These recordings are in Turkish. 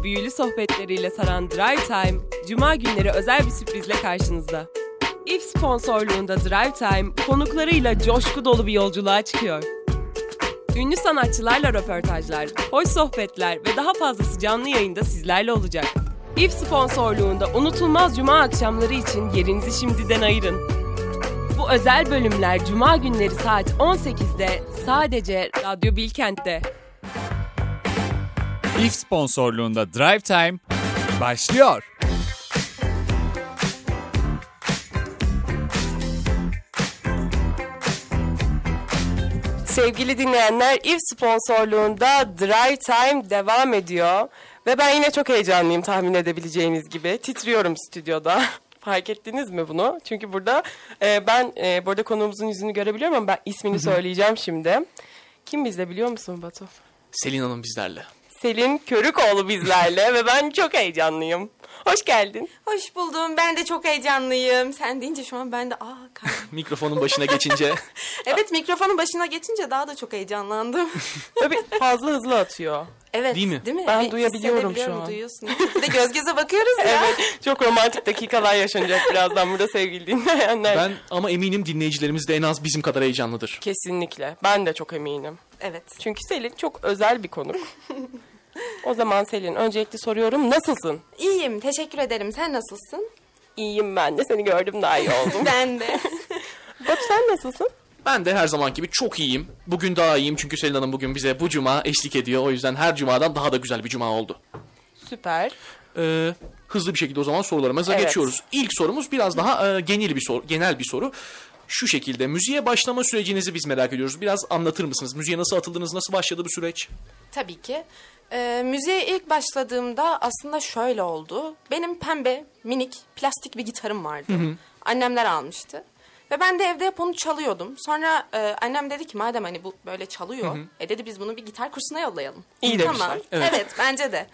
büyülü sohbetleriyle saran Drive Time, Cuma günleri özel bir sürprizle karşınızda. İF sponsorluğunda Drive Time, konuklarıyla coşku dolu bir yolculuğa çıkıyor. Ünlü sanatçılarla röportajlar, hoş sohbetler ve daha fazlası canlı yayında sizlerle olacak. İF sponsorluğunda unutulmaz Cuma akşamları için yerinizi şimdiden ayırın. Bu özel bölümler Cuma günleri saat 18'de sadece Radyo Bilkent'te. İF sponsorluğunda Drive Time başlıyor. Sevgili dinleyenler, İF sponsorluğunda Drive Time devam ediyor. Ve ben yine çok heyecanlıyım, tahmin edebileceğiniz gibi. Titriyorum stüdyoda. Fark ettiniz mi bunu? Çünkü burada burada konuğumuzun yüzünü görebiliyorum ama ben ismini söyleyeceğim şimdi. Kim bizle biliyor musun Batu? Selin Hanım bizlerle. Selin Körükoğlu bizlerle ve ben çok heyecanlıyım. Hoş geldin. Hoş buldum. Ben de çok heyecanlıyım. Sen deyince şu an ben de Mikrofonun başına geçince. Evet, mikrofonun başına geçince daha da çok heyecanlandım. Tabii fazla hızlı atıyor. Evet, Değil mi? Ben duyabiliyorum şu an. Duyuyorsun. Bir de göz göze bakıyoruz ya. Evet, çok romantik dakikalar yaşanacak birazdan burada sevgili dinleyenler. Ben ama eminim dinleyicilerimiz de en az bizim kadar heyecanlıdır. Kesinlikle. Ben de çok eminim. Evet. Çünkü Selin çok özel bir konuk. O zaman Selin, öncelikle soruyorum, nasılsın? İyiyim, teşekkür ederim. Sen nasılsın? İyiyim ben de. Seni gördüm daha iyi oldum. Ben de. Batu, sen nasılsın? Ben de her zaman gibi çok iyiyim. Bugün daha iyiyim çünkü Selin Hanım bugün bize bu cuma eşlik ediyor. O yüzden her cumadan daha da güzel bir cuma oldu. Süper. Hızlı bir şekilde o zaman sorularımıza Evet. geçiyoruz. İlk sorumuz biraz daha genel bir soru. Şu şekilde, müziğe başlama sürecinizi biz merak ediyoruz. Biraz anlatır mısınız? Müziğe nasıl atıldınız? Nasıl başladı bu süreç? Tabii ki. Müziğe ilk başladığımda aslında şöyle oldu. Benim pembe, minik, plastik bir gitarım vardı. Annemler almıştı. Ve ben de evde hep onu çalıyordum. Sonra annem dedi ki madem hani bu böyle çalıyor. Dedi biz bunu bir gitar kursuna yollayalım. İyi Tamam. demişler. Evet bence de.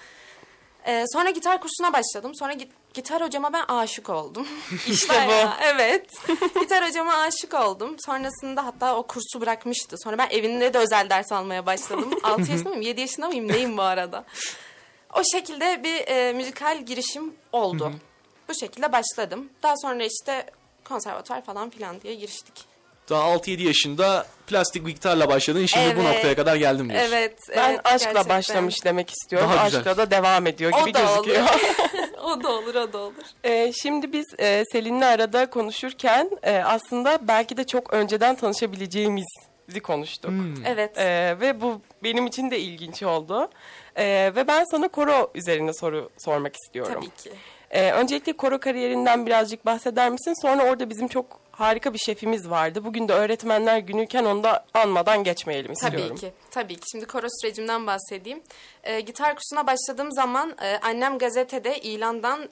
Sonra gitar kursuna başladım. Sonra gitar hocama ben aşık oldum. İşte bu. Bayağı, evet. Gitar hocama aşık oldum. Sonrasında hatta o kursu bırakmıştı. Sonra ben evinde de özel ders almaya başladım. 6 yaşında mıyım, 7 yaşında mıyım, neyim bu arada? O şekilde bir müzikal girişim oldu. Bu şekilde başladım. Daha sonra işte konservatuvar falan filan diye giriştik. Daha 6-7 yaşında plastik bir gitarla başladın. Şimdi bu Evet. noktaya kadar geldim diyorsun. Evet. Ben evet, aşkla gerçekten. başlamış demek istiyorum. Daha güzel. Aşkla da devam ediyor gibi O da gözüküyor. olur. o da olur. Şimdi biz Selin'le arada konuşurken aslında belki de çok önceden tanışabileceğimizi konuştuk. Evet. Ve bu benim için de ilginç oldu. Ve ben sana koro üzerine soru sormak istiyorum. Tabii ki. Öncelikle koro kariyerinden birazcık bahseder misin? Sonra orada bizim çok harika bir şefimiz vardı. Bugün de öğretmenler günüyken onu da anmadan geçmeyelim istiyorum. Tabii ki. Şimdi koro sürecimden bahsedeyim. Gitar kursuna başladığım zaman annem gazetede ilandan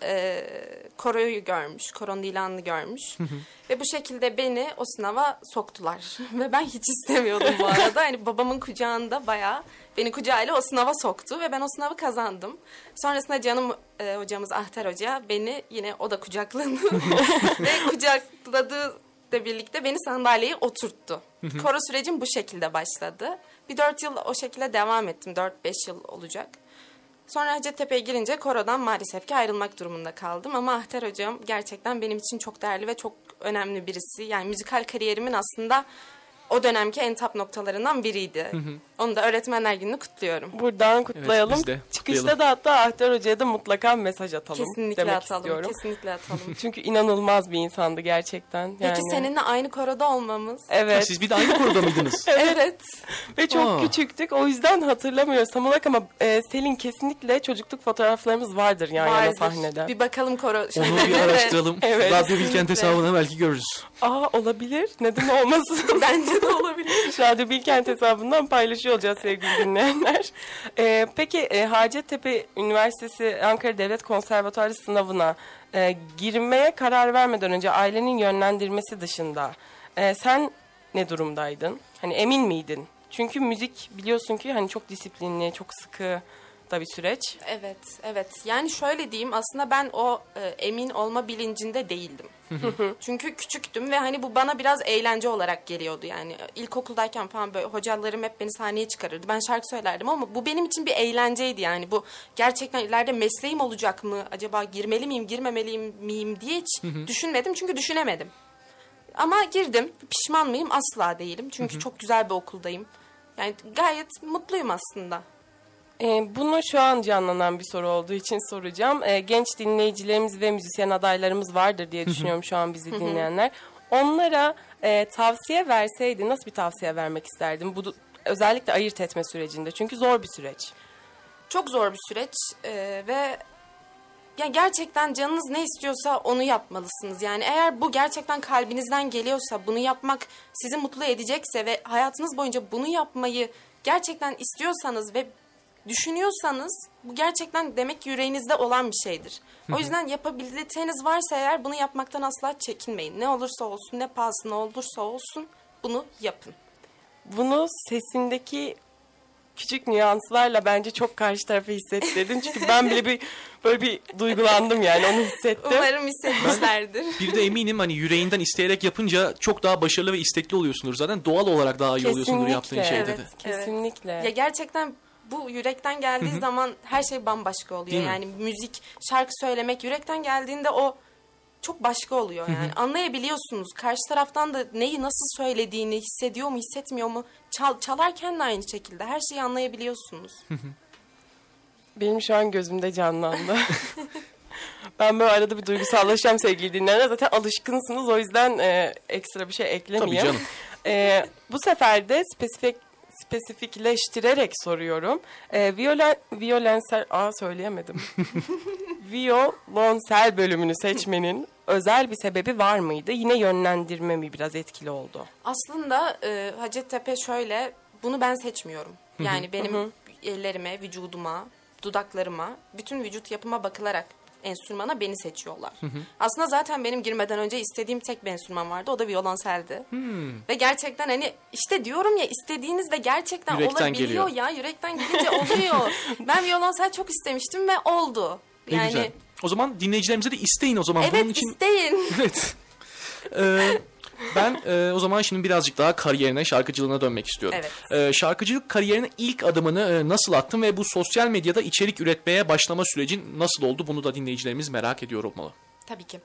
koroyu görmüş. Koronun ilanını görmüş. Ve bu şekilde beni o sınava soktular. Ve ben hiç istemiyordum bu arada. Hani babamın kucağında bayağı beni kucağıyla o sınava soktu. Ve ben o sınavı kazandım. Sonrasında canım hocamız Ahter Hoca beni yine o da kucakladı. Ve kucakladığı da birlikte beni sandalyeye oturttu. Koro sürecim bu şekilde başladı. Bir 4 yıl o şekilde devam ettim. 4-5 yıl olacak. Sonra Hacettepe'ye girince korodan maalesef ki ayrılmak durumunda kaldım. Ama Ahter Hocam gerçekten benim için çok değerli ve çok önemli birisi. Yani müzikal kariyerimin aslında o dönemki en top noktalarından biriydi. Onu da Öğretmenler Günü'nü kutluyorum. Buradan kutlayalım. biz de Çıkışta kutlayalım. da hatta Ahter Hoca'ya da mutlaka mesaj atalım. Kesinlikle demek atalım. istiyorum. Kesinlikle atalım. Çünkü inanılmaz bir insandı gerçekten. Peki seninle aynı koroda olmamız? Evet. Siz bir de aynı koroda mıydınız? Evet. Ve çok Aa. küçüktük. O yüzden hatırlamıyoruz tam olarak ama Selin kesinlikle çocukluk fotoğraflarımız vardır yan yana sahnede. Bir bakalım koro. Onu bir araştıralım. Evet. Radyo Bilkent hesabına belki görürüz. Olabilir. Neden olmasın? Bence de olabilir. Radyo Bilkent hesabından paylaşıyor olacağız sevgili dinleyenler. Peki Hacettepe Üniversitesi Ankara Devlet Konservatuarı sınavına girmeye karar vermeden önce ailenin yönlendirmesi dışında sen ne durumdaydın? Hani emin miydin? Çünkü müzik biliyorsun ki hani çok disiplinli, çok sıkı da bir süreç. Evet. Yani şöyle diyeyim, aslında ben o emin olma bilincinde değildim. Çünkü küçüktüm ve hani bu bana biraz eğlence olarak geliyordu yani. İlkokuldayken falan böyle hocalarım hep beni sahneye çıkarırdı. Ben şarkı söylerdim ama bu benim için bir eğlenceydi yani. Bu gerçekten ileride mesleğim olacak mı? Acaba girmeli miyim, girmemeli miyim diye hiç düşünmedim çünkü düşünemedim. Ama girdim. Pişman mıyım? Asla değilim. Çünkü çok güzel bir okuldayım. Yani gayet mutluyum aslında. Bunu şu an canlanan bir soru olduğu için soracağım. Genç dinleyicilerimiz ve müzisyen adaylarımız vardır diye düşünüyorum şu an bizi dinleyenler. Onlara tavsiye verseydin nasıl bir tavsiye vermek isterdin? Bu özellikle ayırt etme sürecinde. Çünkü zor bir süreç. Çok zor bir süreç ve ya gerçekten canınız ne istiyorsa onu yapmalısınız. Yani eğer bu gerçekten kalbinizden geliyorsa, bunu yapmak sizi mutlu edecekse ve hayatınız boyunca bunu yapmayı gerçekten istiyorsanız ve düşünüyorsanız bu gerçekten demek ki yüreğinizde olan bir şeydir. O yüzden yapabiliteniz varsa eğer bunu yapmaktan asla çekinmeyin. Ne olursa olsun, ne pahasına olursa olsun bunu yapın. Bunu sesindeki küçük nüanslarla bence çok karşı tarafı hissettirdin. Çünkü ben bile böyle bir duygulandım yani onu hissettim. Umarım hissetmişlerdir. Bir de eminim hani yüreğinden isteyerek yapınca çok daha başarılı ve istekli oluyorsundur. Zaten doğal olarak daha iyi oluyorsundur yaptığın şeyde de. Kesinlikle. Ya gerçekten bu yürekten geldiği zaman her şey bambaşka oluyor. Yani müzik, şarkı söylemek yürekten geldiğinde o çok başka oluyor yani. Anlayabiliyorsunuz. Karşı taraftan da neyi nasıl söylediğini hissediyor mu, hissetmiyor mu? Çalarken de aynı şekilde her şeyi anlayabiliyorsunuz. Benim şu an gözümde canlandı. Ben böyle arada bir duygusallaşacağım sevgili dinleyenler. Zaten alışkınsınız o yüzden ekstra bir şey eklemeyeyim. Tabii canım. Bu sefer de spesifikleştirerek soruyorum. Violonsel bölümünü seçmenin özel bir sebebi var mıydı? Yine yönlendirme mi biraz etkili oldu? Aslında Hacettepe şöyle, bunu ben seçmiyorum. Yani benim ellerime, vücuduma, dudaklarıma, bütün vücut yapıma bakılarak enstrümana beni seçiyorlar. Aslında zaten benim girmeden önce istediğim tek bir enstrüman vardı. O da violonseldi. Ve gerçekten hani işte diyorum ya, istediğinizde gerçekten yürekten olabiliyor geliyor. ya. Yürekten gelince oluyor. Ben violonsel çok istemiştim ve oldu. Ne Yani güzel. O zaman dinleyicilerimize de isteyin o zaman. evet, Bunun için... isteyin. Evet. Ben o zaman şimdi birazcık daha kariyerine, şarkıcılığına dönmek istiyorum. Evet. Şarkıcılık kariyerine ilk adımını nasıl attın ve bu sosyal medyada içerik üretmeye başlama sürecin nasıl oldu? Bunu da dinleyicilerimiz merak ediyor olmalı. Tabii ki.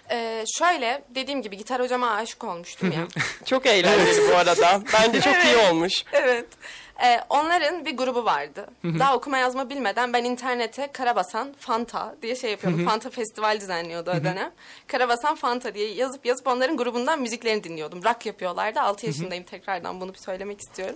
Şöyle dediğim gibi gitar hocama aşık olmuştum ya. Çok eğlenceli bu arada. Bence çok iyi olmuş. Evet. Onların bir grubu vardı. Daha okuma yazma bilmeden ben internete Karabasan Fanta diye şey yapıyordum. Fanta Festival düzenliyordu o dönem. Karabasan Fanta diye yazıp onların grubundan müziklerini dinliyordum. Rock yapıyorlardı. 6 yaşındayım, tekrardan bunu bir söylemek istiyorum.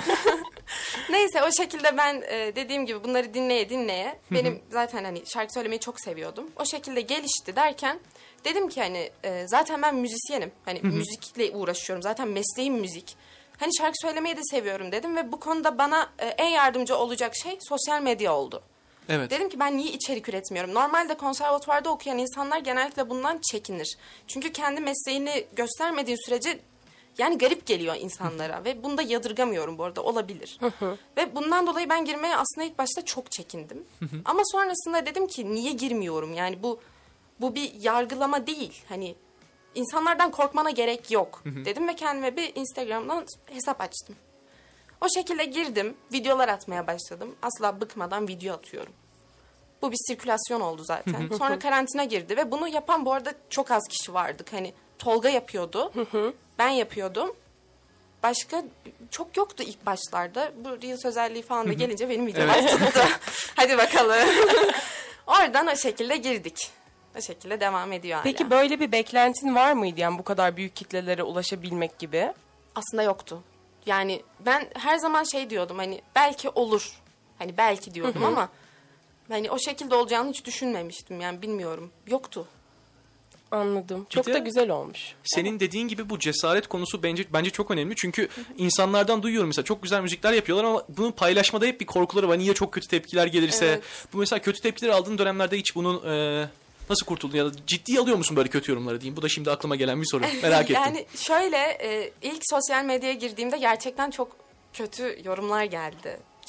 Neyse, o şekilde ben dediğim gibi bunları dinleye benim zaten hani şarkı söylemeyi çok seviyordum. O şekilde gelişti derken dedim ki hani zaten ben müzisyenim. Hani müzikle uğraşıyorum. Zaten mesleğim müzik. Hani şarkı söylemeyi de seviyorum dedim ve bu konuda bana en yardımcı olacak şey sosyal medya oldu. Evet. Dedim ki ben niye içerik üretmiyorum? Normalde konservatuvarda okuyan insanlar genellikle bundan çekinir. Çünkü kendi mesleğini göstermediğin sürece yani garip geliyor insanlara ve bunu da yadırgamıyorum bu arada, olabilir. Ve bundan dolayı ben girmeye aslında ilk başta çok çekindim. Ama sonrasında dedim ki niye girmiyorum? Yani bu bir yargılama değil. Hani İnsanlardan korkmana gerek yok dedim ve kendime bir Instagram'dan hesap açtım. O şekilde girdim, videolar atmaya başladım. Asla bıkmadan video atıyorum. Bu bir sirkülasyon oldu zaten. Sonra karantina girdi ve bunu yapan bu arada çok az kişi vardık. Hani Tolga yapıyordu, ben yapıyordum. Başka çok yoktu ilk başlarda. Bu Reels özelliği falan da gelince benim videolar tuttu. Hadi bakalım. Oradan o şekilde girdik. O şekilde devam ediyor hala. Peki böyle bir beklentin var mıydı yani bu kadar büyük kitlelere ulaşabilmek gibi? Aslında yoktu. Yani ben her zaman şey diyordum, hani belki olur. Hani belki diyordum ama hani o şekilde olacağını hiç düşünmemiştim. Yani bilmiyorum. Yoktu. Anladım. Çok da güzel olmuş. Senin dediğin gibi bu cesaret konusu bence çok önemli. Çünkü insanlardan duyuyorum mesela çok güzel müzikler yapıyorlar ama bunu paylaşmada hep bir korkuları var. Niye çok kötü tepkiler gelirse. Evet. Bu mesela kötü tepkileri aldığın dönemlerde hiç bunun nasıl kurtuldun ya da ciddiye alıyor musun böyle kötü yorumları diyeyim. Bu da şimdi aklıma gelen bir soru. Merak ettim. Yani şöyle ilk sosyal medyaya girdiğimde gerçekten çok kötü yorumlar geldi.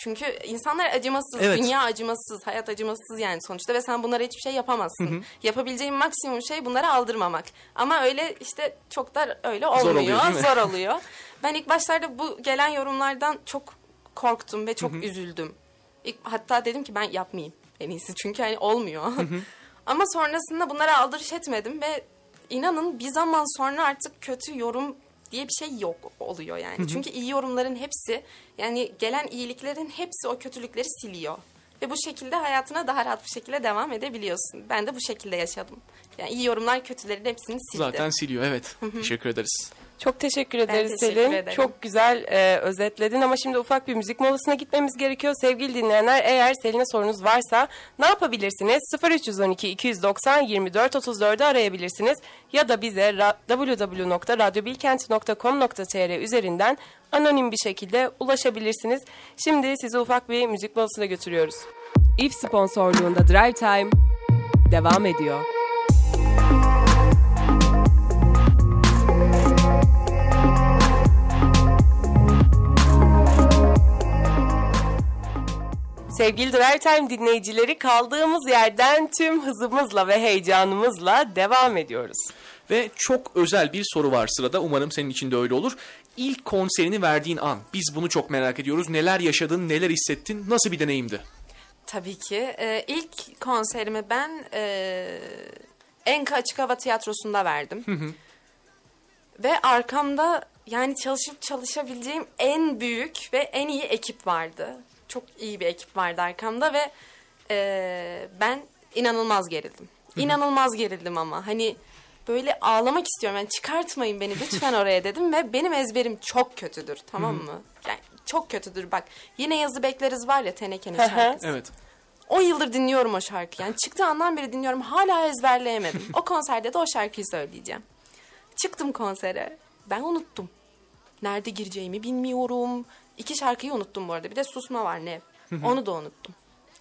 Çünkü insanlar acımasız, Evet. dünya acımasız, hayat acımasız yani sonuçta ve sen bunlara hiçbir şey yapamazsın. Yapabileceğin maksimum şey bunlara aldırmamak. Ama öyle işte çok da öyle olmuyor, oluyor, değil mi? zor oluyor. Ben ilk başlarda bu gelen yorumlardan çok korktum ve çok üzüldüm. Hatta dedim ki ben yapmayayım en iyisi çünkü hani olmuyor. Ama sonrasında bunlara aldırış etmedim ve inanın bir zaman sonra artık kötü yorum diye bir şey yok oluyor yani. Çünkü iyi yorumların hepsi, yani gelen iyiliklerin hepsi o kötülükleri siliyor. Ve bu şekilde hayatına daha rahat bir şekilde devam edebiliyorsun. Ben de bu şekilde yaşadım. Yani iyi yorumlar kötülerin hepsini sildi. Zaten siliyor, evet. Teşekkür ederiz. Çok teşekkür ederiz teşekkür Selin. ederim. Çok güzel özetledin ama şimdi ufak bir müzik molasına gitmemiz gerekiyor. Sevgili dinleyenler, eğer Selin'e sorunuz varsa ne yapabilirsiniz? 0312 290 24 34'ü arayabilirsiniz. Ya da bize www.radyobilkent.com.tr üzerinden anonim bir şekilde ulaşabilirsiniz. Şimdi sizi ufak bir müzik molasına götürüyoruz. If sponsorluğunda Drive Time devam ediyor. Sevgili Drive Time dinleyicileri, kaldığımız yerden tüm hızımızla ve heyecanımızla devam ediyoruz. Ve çok özel bir soru var sırada. Umarım senin için de öyle olur. İlk konserini verdiğin an. Biz bunu çok merak ediyoruz. Neler yaşadın, neler hissettin, nasıl bir deneyimdi? Tabii ki. İlk konserimi ben Enka Açık Hava Tiyatrosu'nda verdim. Ve arkamda yani çalışabileceğim en büyük ve en iyi ekip vardı. Çok iyi bir ekip vardı arkamda ve ben inanılmaz gerildim. İnanılmaz gerildim ama hani böyle ağlamak istiyorum. Yani çıkartmayın beni lütfen oraya dedim ve benim ezberim çok kötüdür, tamam mı? Yani çok kötüdür bak. Yine yazı bekleriz var ya, Teneke'nin şarkısı. Evet. 10 yıldır dinliyorum o şarkıyı. Yani çıktığı andan beri dinliyorum. Hala ezberleyemedim. O konserde de o şarkıyı söyleyeceğim. Çıktım konsere. Ben unuttum. Nerede gireceğimi bilmiyorum. 2 şarkıyı unuttum bu arada. Bir de Susma var, Nev. Onu da unuttum.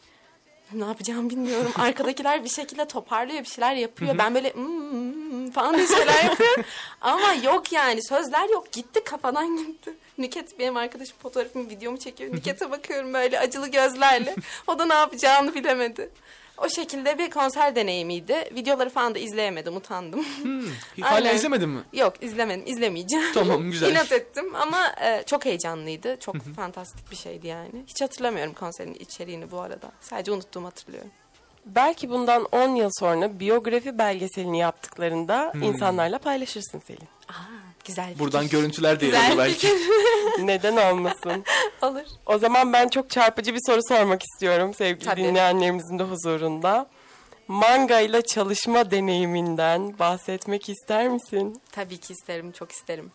Ne yapacağımı bilmiyorum. Arkadakiler bir şekilde toparlıyor, bir şeyler yapıyor. Ben böyle falan diye şeyler yapıyorum. Ama yok yani, sözler yok. Gitti, kafadan gitti. Nüket benim arkadaşım fotoğrafımı, videomu çekiyor. Nüket'e bakıyorum böyle acılı gözlerle. O da ne yapacağını bilemedi. O şekilde bir konser deneyimiydi. Videoları falan da izleyemedim, utandım. Hala Aynen. izlemedin mi? Yok, izlemedim, izlemeyeceğim. Tamam, güzel. İnat ettim ama çok heyecanlıydı. Çok fantastik bir şeydi yani. Hiç hatırlamıyorum konserin içeriğini bu arada. Sadece unuttuğumu hatırlıyorum. Belki bundan 10 yıl sonra biyografi belgeselini yaptıklarında insanlarla paylaşırsın Selin. Güzel fikir. Buradan görüntüler de Güzel yazılır belki. fikir. Neden olmasın? Olur. O zaman ben çok çarpıcı bir soru sormak istiyorum sevgili Tabii. dinleyenlerimizin de huzurunda. Manga ile çalışma deneyiminden bahsetmek ister misin? Tabii ki isterim, çok isterim.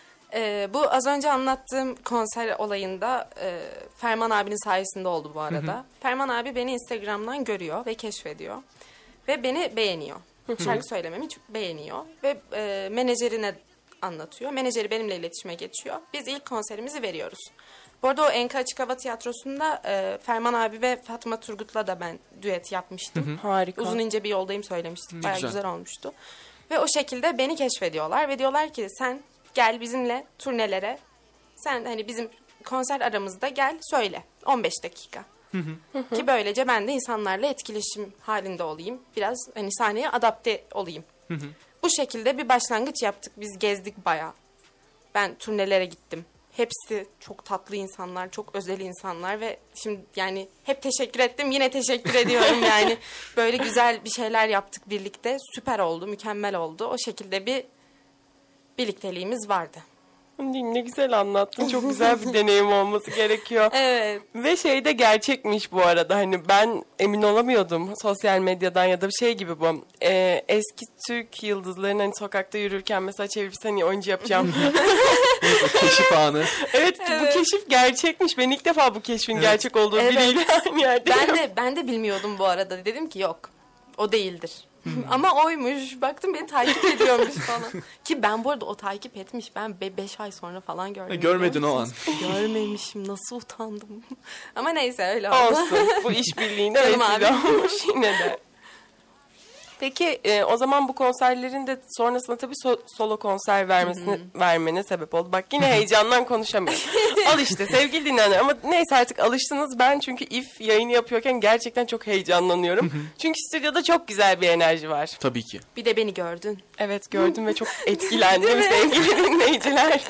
Bu az önce anlattığım konser olayında Ferman abinin sayesinde oldu bu arada. Ferman abi beni Instagram'dan görüyor ve keşfediyor. Ve beni beğeniyor. Şarkı söylememi çok beğeniyor. Ve menajerine anlatıyor. Menajeri benimle iletişime geçiyor. Biz ilk konserimizi veriyoruz. Bu arada o Enka Açık Hava Tiyatrosu'nda Ferman abi ve Fatma Turgut'la da ben düet yapmıştım. Harika. Uzun ince bir yoldayım söylemiştik. Bayağı güzel. güzel olmuştu. Ve o şekilde beni keşfediyorlar ve diyorlar ki sen gel bizimle turnelere. Sen hani bizim konser aramızda gel söyle. 15 dakika. Ki böylece ben de insanlarla etkileşim halinde olayım. Biraz hani sahneye adapte olayım. Bu şekilde bir başlangıç yaptık. Biz gezdik bayağı. Ben turnelere gittim. Hepsi çok tatlı insanlar, çok özel insanlar ve şimdi yani hep teşekkür ettim, yine teşekkür ediyorum yani. Böyle güzel bir şeyler yaptık birlikte. Süper oldu, mükemmel oldu. O şekilde bir birlikteliğimiz vardı. Ne güzel anlattın. Çok güzel bir deneyim olması gerekiyor. Evet. Ve şey de gerçekmiş bu arada. Hani ben emin olamıyordum sosyal medyadan ya da bir şey gibi bu. Eski Türk yıldızlarının hani sokakta yürürken mesela çevirip seni oyuncu yapacağım. Keşif anı. Evet, bu keşif gerçekmiş. Ben ilk defa bu keşfin gerçek olduğu Evet. biriyle aynı yerdeyim. Ben de bilmiyordum bu arada. Dedim ki yok. O değildir. Ama oymuş. Baktım beni takip ediyormuş falan. Ki ben bu arada o takip etmiş. Ben 5 ay sonra falan gördüm. Görmedin biliyor o musunuz? Görmemişim. Nasıl utandım. Ama neyse öyle oldu. Olsun. Bu işbirliğine Canım vesile abi. olmuş yine de. Peki o zaman bu konserlerin de sonrasında tabii solo konser vermene sebep oldu. Bak yine heyecandan konuşamıyorum. Al işte sevgili dinleyenler, ama neyse artık alıştınız. Ben çünkü İF yayını yapıyorken gerçekten çok heyecanlanıyorum. Çünkü stüdyoda çok güzel bir enerji var. Tabii ki. Bir de beni gördün. Evet, gördüm ve çok etkilendim sevgili dinleyiciler.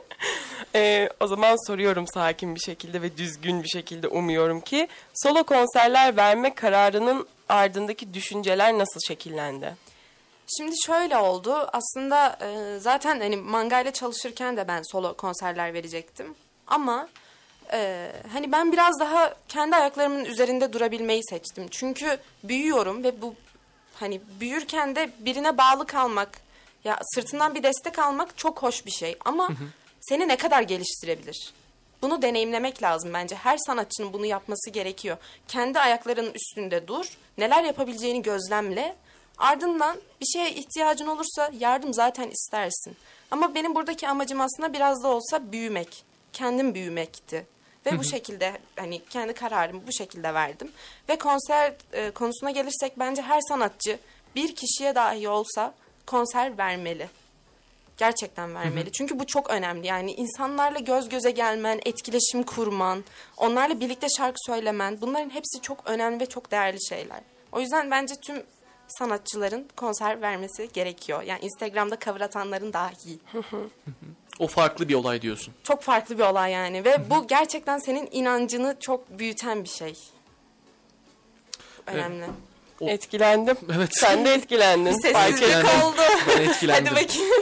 O zaman soruyorum sakin bir şekilde ve düzgün bir şekilde, umuyorum ki. Solo konserler verme kararının ardındaki düşünceler nasıl şekillendi? Şimdi şöyle oldu. Aslında zaten hani Manga ile çalışırken de ben solo konserler verecektim. Ama hani ben biraz daha kendi ayaklarımın üzerinde durabilmeyi seçtim. Çünkü büyüyorum ve bu hani büyürken de birine bağlı kalmak, ya sırtından bir destek almak çok hoş bir şey. Ama seni ne kadar geliştirebilir? Bunu deneyimlemek lazım bence. Her sanatçının bunu yapması gerekiyor. Kendi ayaklarının üstünde dur. Neler yapabileceğini gözlemle. Ardından bir şeye ihtiyacın olursa yardım zaten istersin. Ama benim buradaki amacım aslında biraz da olsa büyümek. Kendim büyümekti. Ve bu şekilde hani kendi kararımı bu şekilde verdim. Ve konser konusuna gelirsek bence her sanatçı bir kişiye dahi olsa konser vermeli. Gerçekten vermeli. Çünkü bu çok önemli. Yani insanlarla göz göze gelmen, etkileşim kurman, onlarla birlikte şarkı söylemen, bunların hepsi çok önemli ve çok değerli şeyler. O yüzden bence tüm sanatçıların konser vermesi gerekiyor. Yani Instagram'da cover atanların dahi. O farklı bir olay diyorsun. Çok farklı bir olay yani ve bu gerçekten senin inancını çok büyüten bir şey. Önemli. Etkilendim. Evet. Sen de etkilendin. Sessizlik oldu. Ben etkilendim. Hadi bakayım.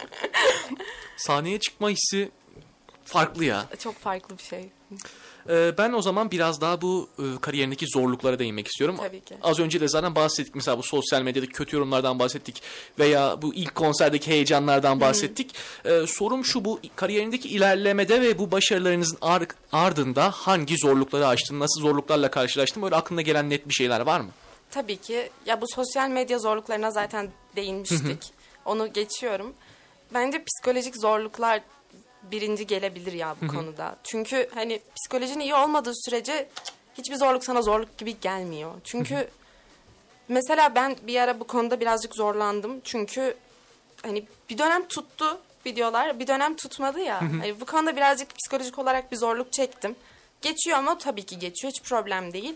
Sahneye çıkma hissi farklı ya. Çok farklı bir şey. Ben o zaman biraz daha bu kariyerindeki zorluklara değinmek istiyorum. Tabii ki. Az önce de zaten bahsettik. Mesela bu sosyal medyadaki kötü yorumlardan bahsettik. Veya bu ilk konserdeki heyecanlardan bahsettik. Sorum şu, bu kariyerindeki ilerlemede ve bu başarılarınızın ardında hangi zorlukları aştın? Nasıl zorluklarla karşılaştın? Böyle aklına gelen net bir şeyler var mı? Tabii ki. Ya bu sosyal medya zorluklarına zaten değinmiştik. Onu geçiyorum. Bence psikolojik zorluklar birinci gelebilir ya bu konuda. Çünkü hani psikolojin iyi olmadığı sürece hiçbir zorluk sana zorluk gibi gelmiyor. Çünkü mesela ben bir ara bu konuda birazcık zorlandım. Çünkü hani bir dönem tuttu videolar, bir dönem tutmadı ya. Hani bu konuda birazcık psikolojik olarak bir zorluk çektim. Geçiyor ama tabii ki geçiyor. Hiç problem değil.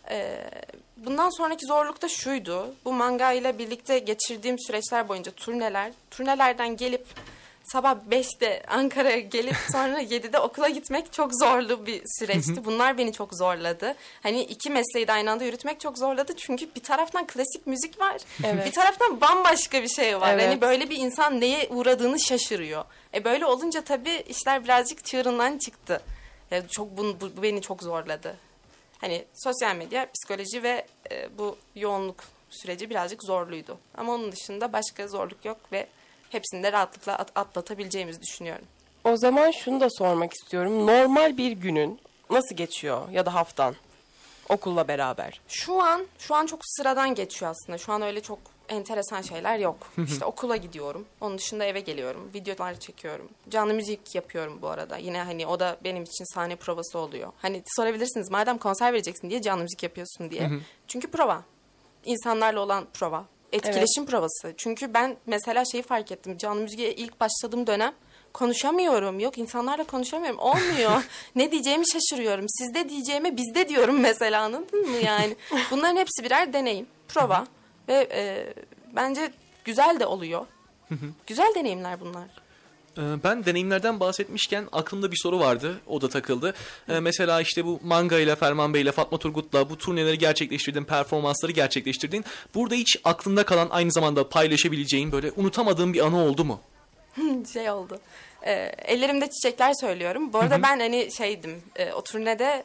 Bundan sonraki zorluk da şuydu. Bu Manga ile birlikte geçirdiğim süreçler boyunca turnelerden gelip sabah 5'te Ankara'ya gelip sonra 7'de okula gitmek çok zorlu bir süreçti. Bunlar beni çok zorladı. Hani iki mesleği de aynı anda yürütmek çok zorladı. Çünkü bir taraftan klasik müzik var. Evet. Bir taraftan bambaşka bir şey var. Evet. Hani böyle bir insan neye uğradığını şaşırıyor. Böyle olunca tabii işler birazcık çığırından çıktı. Yani bu beni çok zorladı. Hani sosyal medya, psikoloji ve bu yoğunluk süreci birazcık zorluydu. Ama onun dışında başka zorluk yok ve hepsini de rahatlıkla atlatabileceğimizi düşünüyorum. O zaman şunu da sormak istiyorum. Normal bir günün nasıl geçiyor ya da haftan okulla beraber? Şu an çok sıradan geçiyor aslında. Şu an öyle çok enteresan şeyler yok. İşte okula gidiyorum. Onun dışında eve geliyorum. Videolar çekiyorum. Canlı müzik yapıyorum bu arada. Yine hani o da benim için sahne provası oluyor. Hani sorabilirsiniz, madem konser vereceksin diye canlı müzik yapıyorsun diye. Çünkü prova. İnsanlarla olan prova. Etkileşim provası. Çünkü ben mesela şeyi fark ettim. Canlı müziğe ilk başladığım dönem konuşamıyorum. Yok, insanlarla konuşamıyorum. Olmuyor. Ne diyeceğimi şaşırıyorum. Sizde diyeceğime bizde diyorum mesela, anladın mı yani? Bunların hepsi birer deneyim, prova ve bence güzel de oluyor. Güzel deneyimler bunlar. Ben deneyimlerden bahsetmişken aklımda bir soru vardı. O da takıldı. Mesela işte bu Manga ile, Ferman Bey ile, Fatma Turgut'la bu turneleri gerçekleştirdiğin, performansları gerçekleştirdiğin, burada hiç aklında kalan, aynı zamanda paylaşabileceğin, böyle unutamadığın bir anı oldu mu? Şey oldu. Ellerimde çiçekler söylüyorum. Bu arada ben hani şeydim, o turnede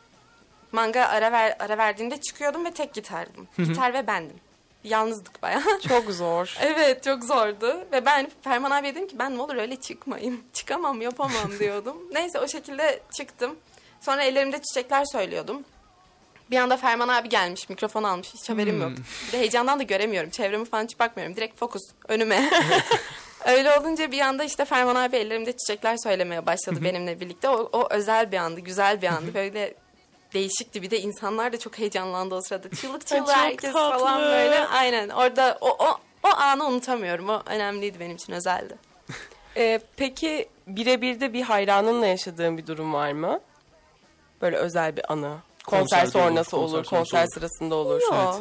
Manga ara verdiğinde çıkıyordum ve tek gitardım. Gitar ve bendim. Yalnızdık bayağı. Çok zor. Evet, çok zordu. Ve ben Ferman abiye dedim ki ben ne olur öyle çıkmayayım. Çıkamam, yapamam diyordum. Neyse o şekilde çıktım. Sonra ellerimde çiçekler söylüyordum. Bir anda Ferman abi gelmiş, mikrofon almış. Hiç haberim yok. Bir de heyecandan da göremiyorum. Çevremi falan hiç bakmıyorum. Direkt fokus önüme. Öyle olunca bir anda işte Ferman abi ellerimde çiçekler söylemeye başladı benimle birlikte. O özel bir andı, güzel bir andı. Böyle değişikti. Bir de insanlar da çok heyecanlandı o sırada. Çığlık Çok herkes tatlı. falan böyle. Aynen orada o anı unutamıyorum. O önemliydi benim için, özeldi. Peki birebir de bir hayranınla yaşadığın bir durum var mı? Böyle özel bir anı. Konser Konserde olur, sonrası olur, sonrası konser olur. sırasında olur. Yok,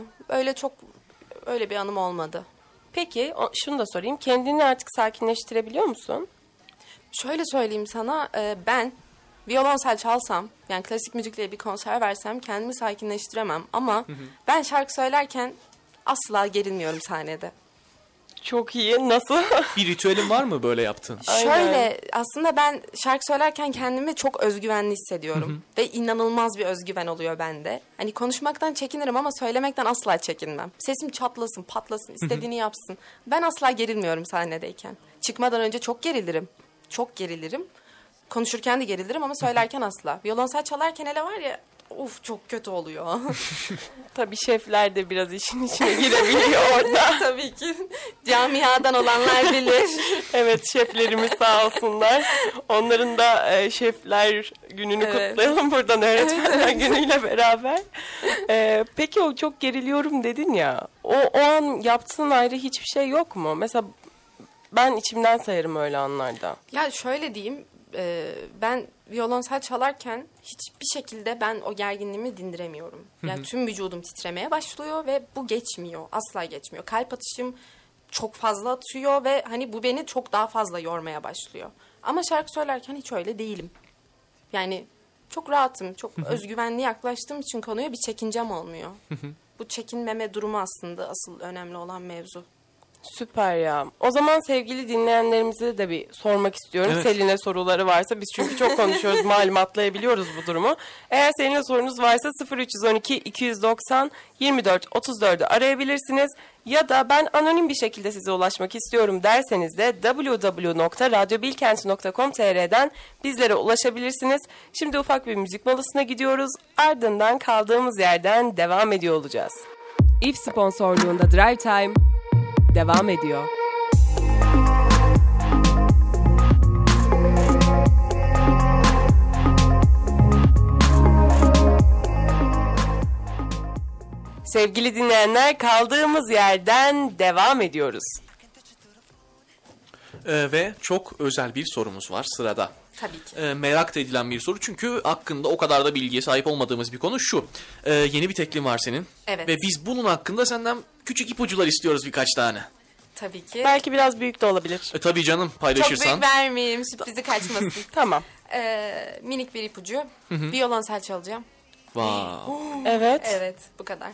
öyle bir anım olmadı. Peki şunu da sorayım. Kendini artık sakinleştirebiliyor musun? Şöyle söyleyeyim sana, ben violonsel çalsam, yani klasik müzikle bir konser versem kendimi sakinleştiremem. Ama ben şarkı söylerken asla gerilmiyorum sahnede. Çok iyi. Nasıl? Bir ritüelin var mı böyle yaptığın? Aynen. Şöyle, aslında ben şarkı söylerken kendimi çok özgüvenli hissediyorum. Ve inanılmaz bir özgüven oluyor bende. Hani konuşmaktan çekinirim ama söylemekten asla çekinmem. Sesim çatlasın, patlasın, istediğini yapsın. Ben asla gerilmiyorum sahnedeyken. Çıkmadan önce çok gerilirim. Çok gerilirim. Konuşurken de gerilirim ama söylerken asla. Violonsel çalarken hele var ya, çok kötü oluyor. Tabii şefler de biraz işin içine girebiliyor orada. Tabii ki. Camiadan olanlar bilir. Evet, şeflerimiz sağ olsunlar. Onların da şefler gününü Evet. kutlayalım buradan, öğretmenler günüyle beraber. Peki o çok geriliyorum dedin ya. O an yaptığın ayrı hiçbir şey yok mu? Mesela ben içimden sayarım öyle anlarda. Ya şöyle diyeyim, ben violonsel çalarken hiçbir şekilde ben o gerginliğimi dindiremiyorum. Yani tüm vücudum titremeye başlıyor ve bu geçmiyor, asla geçmiyor. Kalp atışım çok fazla atıyor ve hani bu beni çok daha fazla yormaya başlıyor. Ama şarkı söylerken hiç öyle değilim. Yani çok rahatım, çok özgüvenli yaklaştığım için konuya bir çekincem olmuyor. Bu çekinmeme durumu aslında asıl önemli olan mevzu. Süper ya. O zaman sevgili dinleyenlerimize de bir sormak istiyorum. Evet. Selin'e soruları varsa, biz çünkü çok konuşuyoruz, malum atlayabiliyoruz bu durumu. Eğer Selin'e sorunuz varsa 0312 290 24 34'ü arayabilirsiniz. Ya da ben anonim bir şekilde size ulaşmak istiyorum derseniz de www.radyobilkent.com.tr'den bizlere ulaşabilirsiniz. Şimdi ufak bir müzik molasına gidiyoruz. Ardından kaldığımız yerden devam ediyor olacağız. If sponsorluğunda Drive Time devam ediyor. Sevgili dinleyenler, kaldığımız yerden devam ediyoruz. Ve çok özel bir sorumuz var sırada. Tabii ki. Merak da edilen bir soru çünkü hakkında o kadar da bilgiye sahip olmadığımız bir konu şu. Yeni bir teklin var senin. Evet. Ve biz bunun hakkında senden küçük ipuçları istiyoruz birkaç tane. Tabii ki. Belki biraz büyük de olabilir. Tabii canım, Çok paylaşırsan. büyük vermeyeyim, sürprizi kaçmasın. Tamam. Minik bir ipucu. Violonsel çalacağım. Wow. Evet. Evet, bu kadar.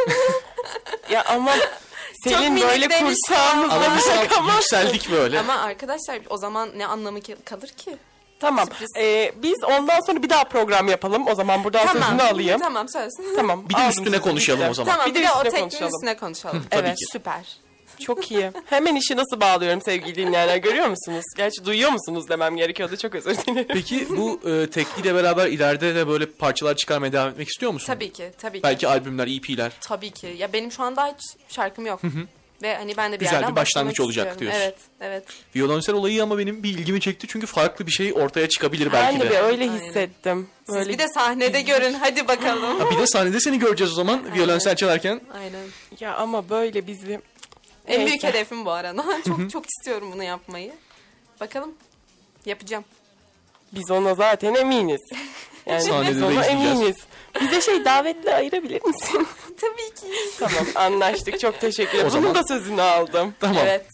Ya ama Selin minik böyle demiştim. kursağımızda Ama biz bırakamaz. yükseldik böyle. Ama arkadaşlar o zaman ne anlamı kalır ki? Tamam. Sürpriz. Biz ondan sonra bir daha program yapalım. O zaman buradan sözünü alayım. Tamam, söz. Tamam. Bir de aldım üstüne sözünü, konuşalım bitti. o zaman. Tamam, Bir bir de de o üstüne tekniğin konuşalım. üstüne konuşalım. Tabii Evet. ki. Süper. Çok iyi. Hemen işi nasıl bağlıyorum sevgili dinleyenler, görüyor musunuz? Gerçi duyuyor musunuz demem gerekiyordu. Çok özür dilerim. Peki bu tekliyle beraber ileride de böyle parçalar çıkarmaya devam etmek istiyor musun? Tabii ki, tabii ki. Belki albümler, EP'ler. Tabii ki. Ya benim şu anda hiç şarkım yok. Ve hani ben de bir Güzel yerden bir başlangıç başlamak olacak istiyorum. diyorsun. Evet. Violonsel olayı ama benim bir ilgimi çekti çünkü farklı bir şey ortaya çıkabilir belki Ben de de. öyle Aynen. hissettim. Siz Böyle... bir de sahnede görün. Hadi bakalım. Ha, bir de sahnede seni göreceğiz o zaman violonsel çalarken. Aynen. Ya ama böyle bizi... En Neyse. büyük hedefim bu arada. Çok istiyorum bunu yapmayı. Bakalım. Yapacağım. Biz ona zaten eminiz. Yani Sahnede biz de ona izleyeceğiz. eminiz. Bize davetle ayırabilir misin? Tabii ki. Tamam, anlaştık. Çok teşekkür ederim. O zaman- Bunun da sözünü aldım. Tamam. Evet.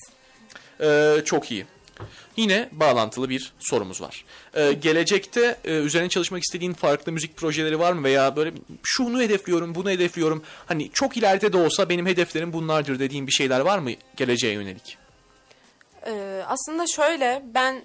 Çok iyi. Yine bağlantılı bir sorumuz var. Gelecekte üzerine çalışmak istediğin farklı müzik projeleri var mı? Veya böyle şunu hedefliyorum, bunu hedefliyorum. Hani çok ileride de olsa benim hedeflerim bunlardır dediğin bir şeyler var mı geleceğe yönelik? Aslında şöyle, ben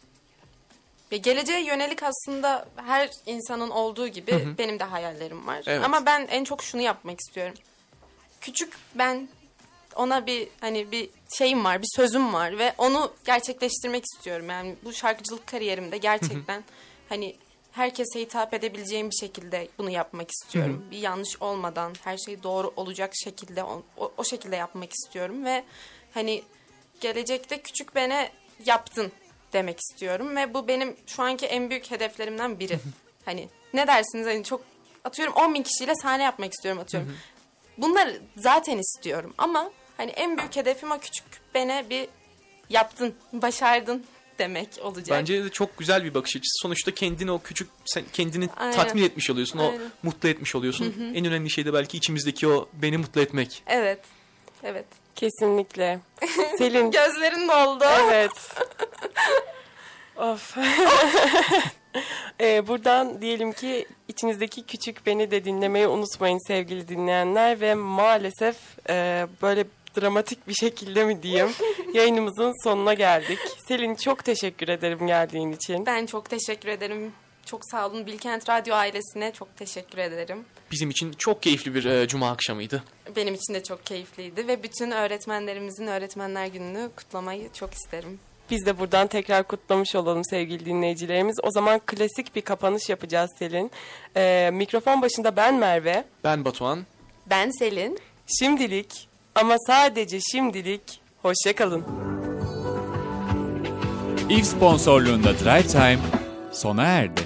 geleceğe yönelik aslında her insanın olduğu gibi benim de hayallerim var. Evet. Ama ben en çok şunu yapmak istiyorum. Küçük ben ona bir şeyim var, bir sözüm var ve onu gerçekleştirmek istiyorum. Yani bu şarkıcılık kariyerimde gerçekten hani herkese hitap edebileceğim bir şekilde bunu yapmak istiyorum. Bir yanlış olmadan, her şey doğru olacak şekilde o şekilde yapmak istiyorum ve hani gelecekte küçük bene yaptın demek istiyorum ve bu benim şu anki en büyük hedeflerimden biri. Hani ne dersiniz, hani çok atıyorum 10.000 kişiyle sahne yapmak istiyorum atıyorum. Bunları zaten istiyorum ama hani en büyük hedefim o küçük bene bir yaptın, başardın demek olacak. Bence de çok güzel bir bakış açısı. Sonuçta kendini o küçük, sen kendini Aynen. tatmin etmiş oluyorsun. O Aynen. mutlu etmiş oluyorsun. En önemli şey de belki içimizdeki o beni mutlu etmek. Evet. Evet. Kesinlikle. Selin. Gözlerin doldu. Evet. Of. Buradan diyelim ki içinizdeki küçük beni de dinlemeyi unutmayın sevgili dinleyenler ve maalesef böyle dramatik bir şekilde mi diyeyim yayınımızın sonuna geldik. Selin çok teşekkür ederim geldiğin için. Ben çok teşekkür ederim. Çok sağ olun. Bilkent Radyo ailesine çok teşekkür ederim. Bizim için çok keyifli bir cuma akşamıydı. Benim için de çok keyifliydi ve bütün öğretmenlerimizin Öğretmenler Günü'nü kutlamayı çok isterim. Biz de buradan tekrar kutlamış olalım sevgili dinleyicilerimiz. O zaman klasik bir kapanış yapacağız Selin. Mikrofon başında ben Merve. Ben Batuhan. Ben Selin. Şimdilik ama sadece şimdilik hoşça kalın. İF sponsorluğunda Drive Time sona erdi.